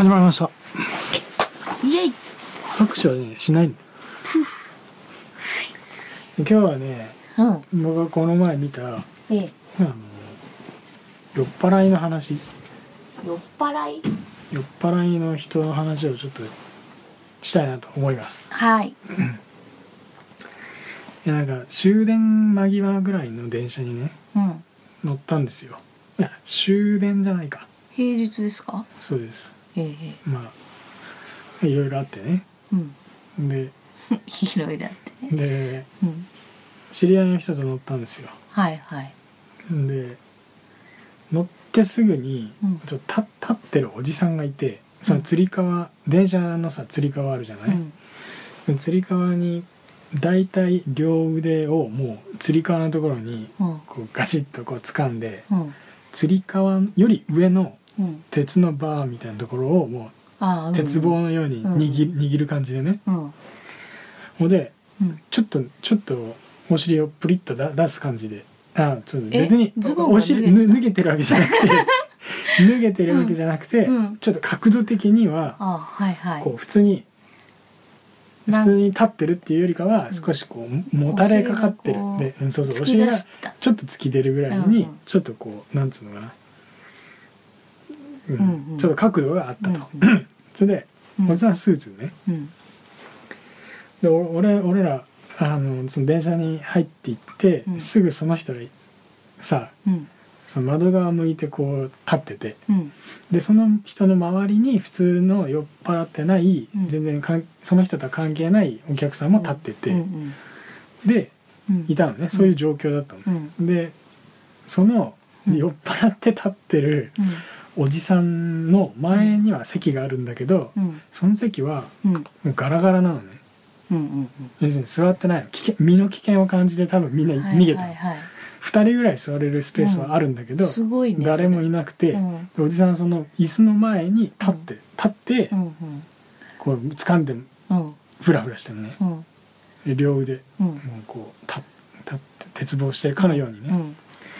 始まりました。 イエイ。 拍手はねしないんだよ。今日はね、僕がこの前見た酔っ払いの話。 酔っ払い？ 酔っ払いの人の話をちょっとしたいなと思います。 はい。 なんか終電間際ぐらいの電車にね、乗ったんですよ。いや終電じゃないか。 平日ですか？ そうです。まあいろいろあってね。でいろいろあってね。 で、知り合いの人と乗ったんですよ。 はいはい。 で乗ってすぐにちょっと立ってるおじさんがいて、そのつり革、電車のさつり革あるじゃない、つり革にだいたい両腕をもうつり革のところにこうガシッとこう掴んで、つり革より上の鉄のバーみたいなところをもう鉄棒のように握る感じでね、ほんでちょっとお尻をプリッと出す感じで、別にお尻脱げてるわけじゃなくて脱げてるわけじゃなくて、ちょっと角度的にはこう普通に立ってるっていうよりかは少しこうもたれかかってるで、そうそう、お尻がちょっと突き出るぐらいにちょっとこうなんつうのかな、ちょっと角度があったと。それでおじさんスーツね、で俺らその電車に入っていって、すぐその人がさ、その窓側向いてこう立ってて、でその人の周りに普通の酔っ払ってない、全然その人とは関係ないお客さんも立ってて、でいたのね、そういう状況だったの。でその酔っ払って立ってるおじさんの前には席があるんだけど、その席はもうガラガラなのね。要するに座ってないの、身の危険を感じて多分みんな逃げたの。2人ぐらい座れるスペースはあるんだけど、誰もいなくて、おじさんはその椅子の前に立ってこう掴んでフラフラしてるね、両腕もうこう立って鉄棒してるかのようにね。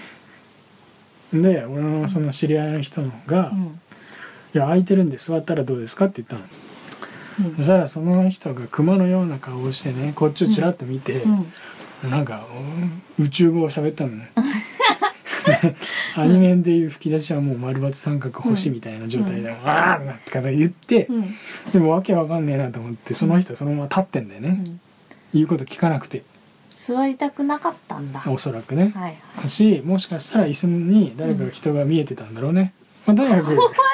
で俺のその知り合いの人が「いや空いてるんで座ったらどうですか?」って言ったの。そしたらその人が熊のような顔をしてね、こっちをちらっと見て、なんか宇宙語を喋ったのね。アニメでいう吹き出しはもう丸×三角星みたいな状態で「ああ!」って言って、でもわけわかんねえなと思って、その人そのまま立ってんだよね、言うこと聞かなくて。 座りたくなかったんだ、 おそらくね。しもしかしたら椅子に誰か人が見えてたんだろうね。とにかく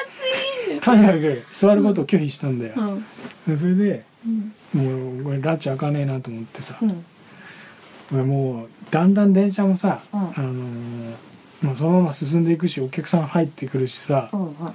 座ることを拒否したんだよ。それでもうこれ拉致開かねえなと思ってさ、もうだんだん電車もさ、そのまま進んでいくし、お客さん入ってくるしさ、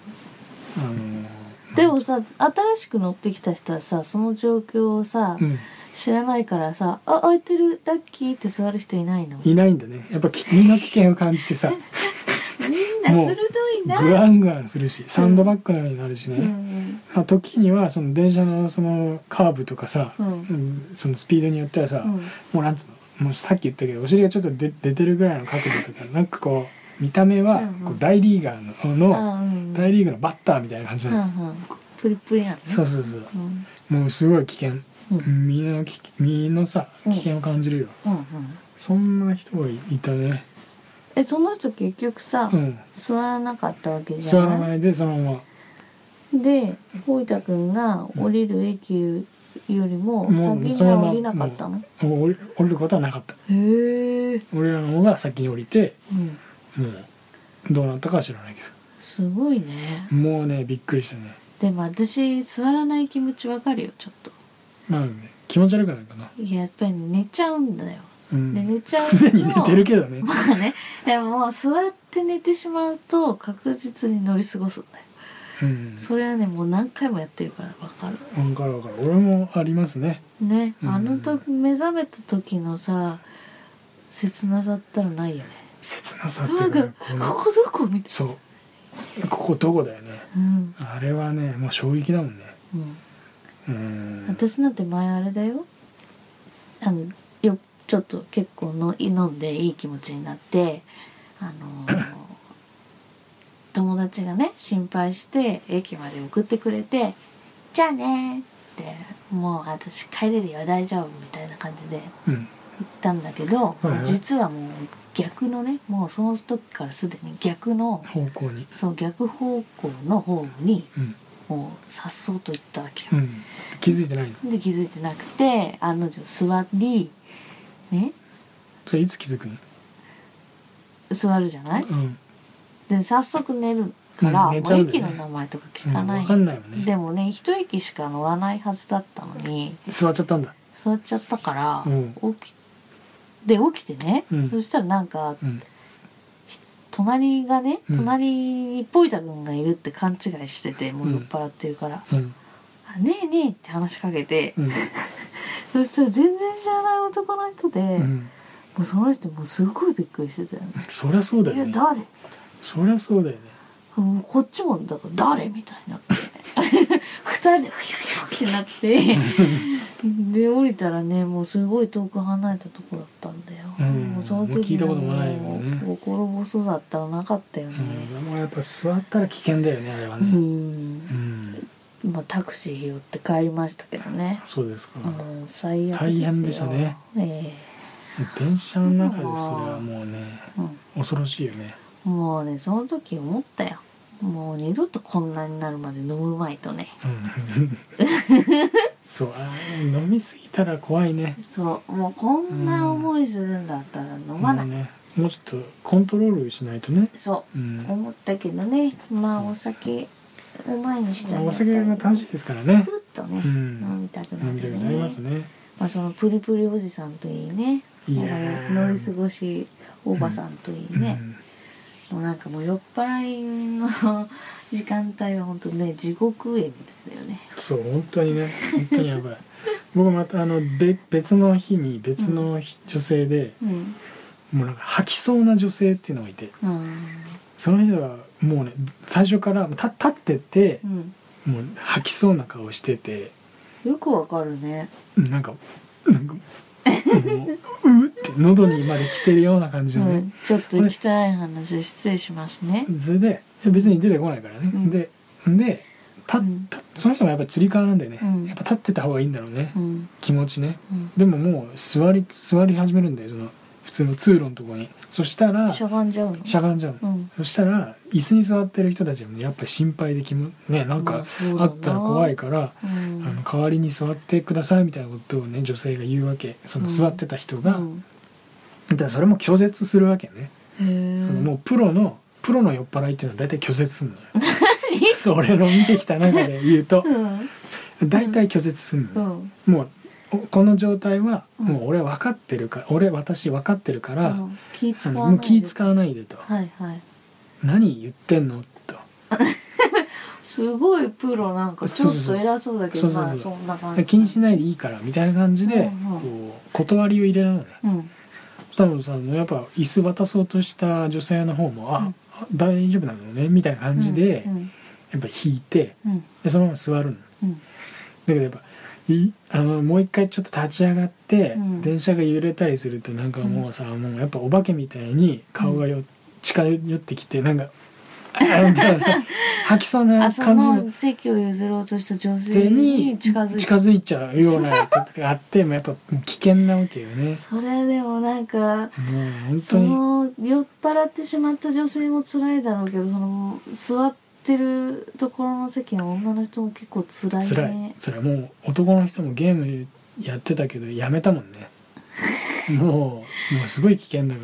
でもさ、新しく乗ってきた人はさ、その状況をさ、知らないからさ「あ、空いてる、ラッキー」って座る人いないの？ いないんだね。やっぱ身の危険を感じてさみんな鋭いな。 グワングワンするし、サンドバッグのようになるしね、時にはその電車のそのカーブとかさ、そのスピードによってはさ、もうなんつうの、もうさっき言ったけどお尻がちょっと出てるぐらいの角度とか、なんかこう見た目はこう大リーガーの大リーグのバッターみたいな感じなの。 プリプリなのね。 そう、もうすごい危険、身のさ危険を感じるよ。そんな人がいたね。 その人結局さ、座らなかったわけじゃない？ 座らないでそのままで、森田くんが降りる駅よりも先には降りなかったの？ 降りることはなかった。 へえ。 俺らの方が先に降りて、もうどうなったかは知らないけど。 すごいね。 もうねびっくりしたね。 でも私座らない気持ちわかるよ、ちょっと。 なんで気持ち悪くないかな。 いや、やっぱり寝ちゃうんだよ。で寝ちゃうとすでに寝てるけどね。 まあね、でも座って寝てしまうと確実に乗り過ごすんだよ。それはねもう何回もやってるからわかる。 俺もありますね。 ね、あの時目覚めた時のさ切なさったらないよね。 切なさっていうか、 ここどこみたいな。 そう、ここどこだよね。あれはねもう衝撃だもんね。 私なんて前あれだよ、ちょっと結構飲んでいい気持ちになって友達がね心配して駅まで送ってくれて「じゃあね」って「もう私帰れるよ大丈夫」みたいな感じで言ったんだけど、実はもう逆のねもうその時からすでに逆の方向にそう逆方向のホームにもうさっそうと行ったわけよ、 気づいてないので気づいてなくて案の定座りねそれいつ気づくの座るじゃない、で早速寝るから、もう駅の名前とか聞かない、 分かんないよね。 でもね一駅しか乗らないはずだったのに座っちゃったんだ。 座っちゃったから、起きてね、そしたらなんか、隣がね、隣にポイタ君がいるって勘違いしてて、もう酔っ払ってるから、あねえねえって話しかけて、そしたら全然知らない男の人で、もうその人もうすごいびっくりしてたよね。 そりゃそうだよね。 誰？ そりゃそうだよね。 こっちもだから誰みたいになって二人でヒュヒュってなってで降りたらねもうすごい遠く離れたとこだったんだよ、もうその時にはもう心細さったらなかったよね、 もうやっぱ座ったら危険だよねあれはね。 まあタクシー拾って帰りましたけどね。 そうですか。 最悪ですよ。 大変でしたね。電車の中でそれはもうね、恐ろしいよね。 もうねその時思ったよ。もう二度とこんなになるまで飲むまいとね。 そう飲みすぎたら怖いね。 そうもうこんな思いするんだったら飲まない。 もうちょっとコントロールしないとね。 そう、思ったけどね。まあお酒を前にしたらお酒が楽しいですからね。 ふっとね、飲みたくなるね。 飲みたくなりますね。 まあそのプリプリおじさんといいね。乗り過ごしおばさんといいね。もうなんかもう酔っ払いの時間帯は本当ね地獄絵みたいだよね。 そう本当にね本当にやばい。僕また別の日に別の女性で、もうなんか吐きそうな女性っていうのがいて、その人はもうね最初から立ってて、もう吐きそうな顔してて、 よくわかるね。 なんかもうって喉にまで来てるような感じのね、 ちょっと行きたい話失礼しますね。 それで別に出てこないからね、でその人もやっぱりつり革なんでね、やっぱ立ってた方がいいんだろうね、気持ちね、でももう座り始めるんだよその普通の通路のところに。そしたらしゃがんじゃうの。 そしたら椅子に座ってる人たちも、ね、やっぱり心配でねなんかあったら怖いから、代わりに座ってくださいみたいなことをね女性が言うわけ。その座ってた人が、だからそれも拒絶するわけね。そのもうプロの酔っ払いっていうのは大体拒絶するのよ。俺の見てきた中で言うと、大体拒絶するのよ。もうこの状態はもう私分かってるから、もう気使わないでと、何言ってんのとすごいプロなんかちょっと偉そうだけど、まあそんな感じ、 気にしないでいいからみたいな感じでこう断りを入れるのね。多分さやっぱ椅子渡そうとした女性の方も大丈夫なのねみたいな感じでやっぱり引いて、でそのまま座るの。だけどやっぱもう一回ちょっと立ち上がって、電車が揺れたりするとなんかもうさ、もうやっぱお化けみたいに顔が近寄ってきてなんか吐きそうな感じの、 その席を譲ろうとした女性に近づいちゃうようなことがあってもやっぱ危険なわけよね。 それでもなんかもう本当にその酔っ払ってしまった女性も辛いだろうけど、その座ってるところの席の女の人も結構辛いね。 辛いもう男の人もゲームやってたけどやめたもんね。もうすごい危険だから、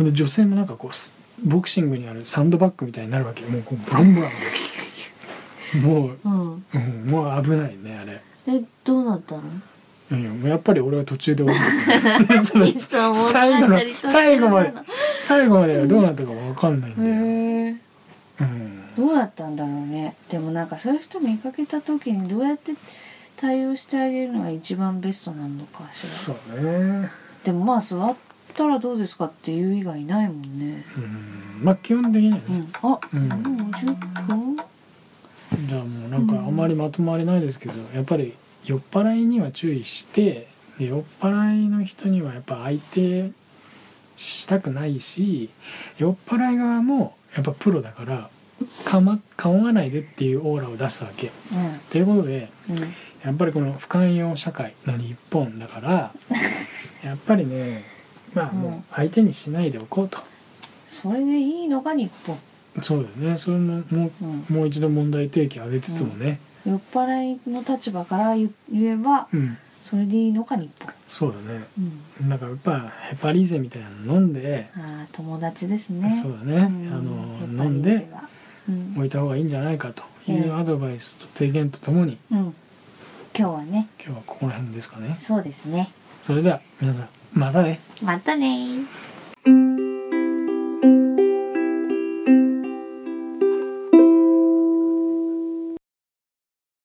で女性もなんかこうボクシングにあるサンドバッグみたいになるわけ。もうこうブランブランもう、もう危ないねあれ。 どうなったの？ もうやっぱり俺は途中で降りて最後まではどうなったか分かんないんだよ。 どうだったんだろうね。でもなんかそういう人見かけた時にどうやって対応してあげるのが一番ベストなのかしら。 そうね。でもまあ座ったらどうですかっていう以外ないもんね。 まあ基本的にはね。 もう10分？ じゃあもうなんかあんまりまとまりないですけど、やっぱり酔っ払いには注意して、酔っ払いの人にはやっぱ相手したくないし、酔っ払い側もやっぱプロだから構わないでっていうオーラを出すわけ。ということで、やっぱりこの不寛容社会の日本だからやっぱりね、まあもう相手にしないでおこうと。 それでいいのか日本。 そうだよね。それももう一度問題提起を上げつつもね、 酔っ払いの立場から言えば、それでいいのか日本。 そうだね、だからやっぱヘパリーゼみたいなの飲んで、 友達ですね。 そうだね、飲んで置いた方がいいんじゃないかというアドバイスと提言とともに、 今日はここら辺ですかね。 そうですね。 それでは皆さんまたね。 またね。